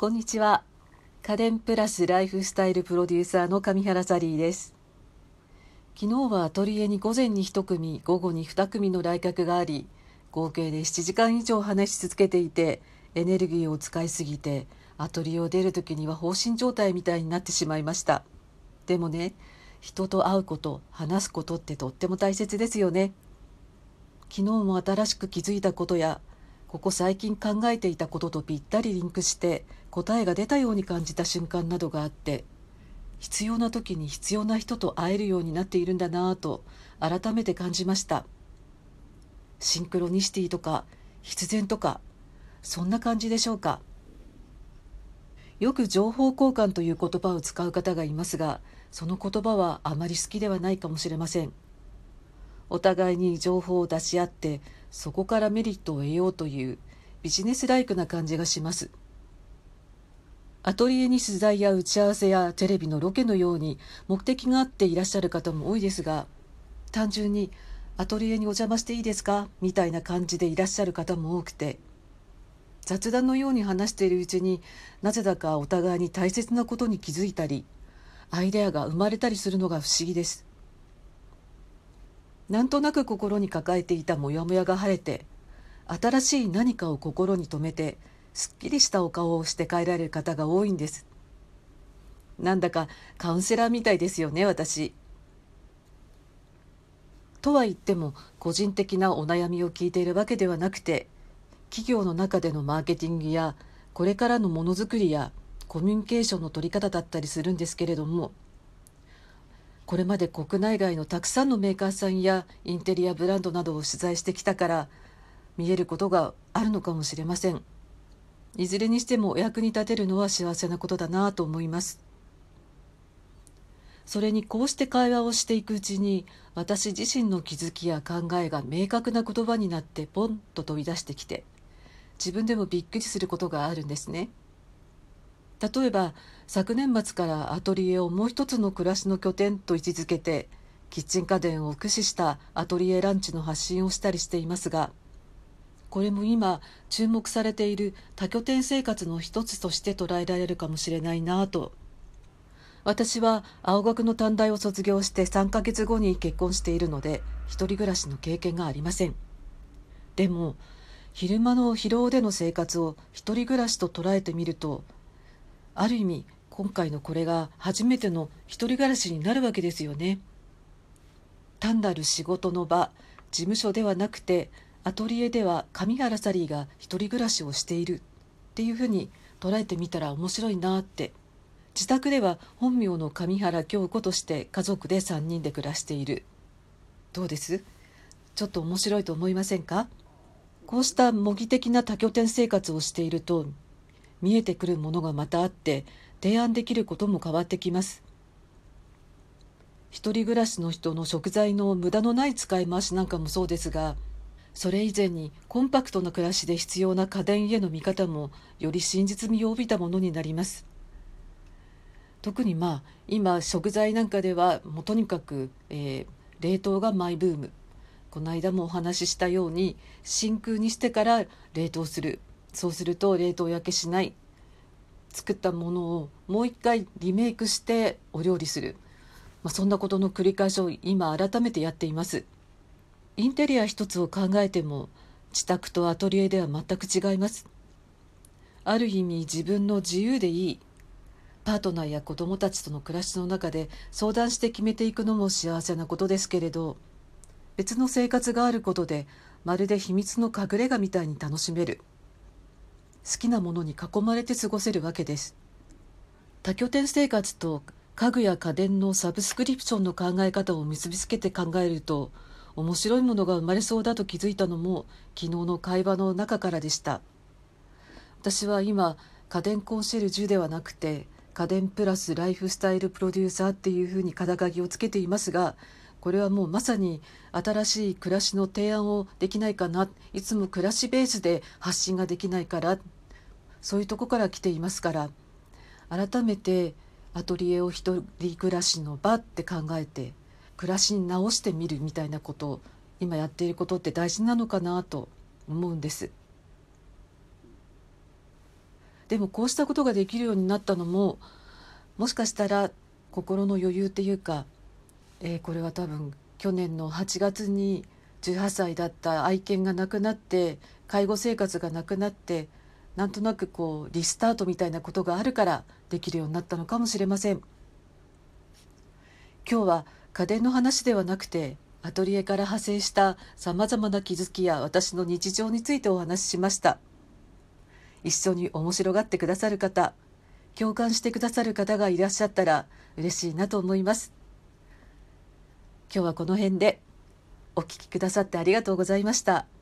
こんにちは。家電プラスライフスタイルプロデューサーの上原サリーです。昨日はアトリエに午前に1組、午後に2組の来客があり、合計で7時間以上話し続けていて、エネルギーを使いすぎて、アトリエを出るときには放心状態みたいになってしまいました。でもね、人と会うこと、話すことってとっても大切ですよね。昨日も新しく気づいたことや、ここ最近考えていたこととぴったりリンクして答えが出たように感じた瞬間などがあって、必要な時に必要な人と会えるようになっているんだなぁと改めて感じました。シンクロニシティとか必然とか、そんな感じでしょうか。よく情報交換という言葉を使う方がいますが、その言葉はあまり好きではないかもしれません。お互いに情報を出し合ってそこからメリットを得ようというビジネスライクな感じがします。アトリエに取材や打ち合わせやテレビのロケのように目的があっていらっしゃる方も多いですが、単純にアトリエにお邪魔していいですかみたいな感じでいらっしゃる方も多くて、雑談のように話しているうちになぜだかお互いに大切なことに気づいたり、アイデアが生まれたりするのが不思議です。なんとなく心に抱えていたモヤモヤが晴れて、新しい何かを心に留めて、すっきりしたお顔をして帰られる方が多いんです。なんだかカウンセラーみたいですよね、私。とは言っても、個人的なお悩みを聞いているわけではなくて、企業の中でのマーケティングや、これからのものづくりや、コミュニケーションの取り方だったりするんですけれども、これまで国内外のたくさんのメーカーさんやインテリアブランドなどを取材してきたから見えることがあるのかもしれません。いずれにしてもお役に立てるのは幸せなことだなと思います。それにこうして会話をしていくうちに私自身の気づきや考えが明確な言葉になってポンと飛び出してきて、自分でもびっくりすることがあるんですね。例えば昨年末からアトリエをもう一つの暮らしの拠点と位置づけてキッチン家電を駆使したアトリエランチの発信をしたりしていますが、これも今注目されている多拠点生活の一つとして捉えられるかもしれないなぁと。私は青学の短大を卒業して3ヶ月後に結婚しているので一人暮らしの経験がありません。でも昼間の疲労での生活を一人暮らしと捉えてみると、ある意味今回のこれが初めての一人暮らしになるわけですよね。単なる仕事の場、事務所ではなくてアトリエでは上原サリーが一人暮らしをしているっていうふうに捉えてみたら面白いなって。自宅では本名の上原京子として家族で3人で暮らしている。どうです？ちょっと面白いと思いませんか？こうした模擬的な多拠点生活をしていると見えてくるものがまたあって提案できることも変わってきます。一人暮らしの人の食材の無駄のない使い回しなんかもそうですが、それ以前にコンパクトな暮らしで必要な家電への見方もより真実味を帯びたものになります。特に今食材なんかではもうとにかく、冷凍がマイブーム。この間もお話ししたように真空にしてから冷凍する。そうすると冷凍焼けしない。作ったものをもう一回リメイクしてお料理する。そんなことの繰り返しを今改めてやっています。インテリア一つを考えても自宅とアトリエでは全く違います。ある意味自分の自由でいい。パートナーや子どもたちとの暮らしの中で相談して決めていくのも幸せなことですけれど、別の生活があることでまるで秘密の隠れ家みたいに楽しめる。好きなものに囲まれて過ごせるわけです。多拠点生活と家具や家電のサブスクリプションの考え方を結びつけて考えると面白いものが生まれそうだと気づいたのも昨日の会話の中からでした。私は今家電コンシェルジュではなくて家電プラスライフスタイルプロデューサーっていうふうに肩書きをつけていますが、これはもうまさに新しい暮らしの提案をできないかな、いつも暮らしベースで発信ができないから、そういうとこから来ていますから、改めてアトリエを一人暮らしの場って考えて暮らしに直してみるみたいなことを今やっていることって大事なのかなと思うんです。 でもこうしたことができるようになったのも、もしかしたら心の余裕っていうか、これは多分去年の8月に18歳だった愛犬が亡くなって、介護生活がなくなって、なんとなくこうリスタートみたいなことがあるからできるようになったのかもしれません。今日は家電の話ではなくて、アトリエから派生したさまざまな気づきや私の日常についてお話ししました。一緒に面白がってくださる方、共感してくださる方がいらっしゃったら嬉しいなと思います。今日はこの辺で。お聞きくださってありがとうございました。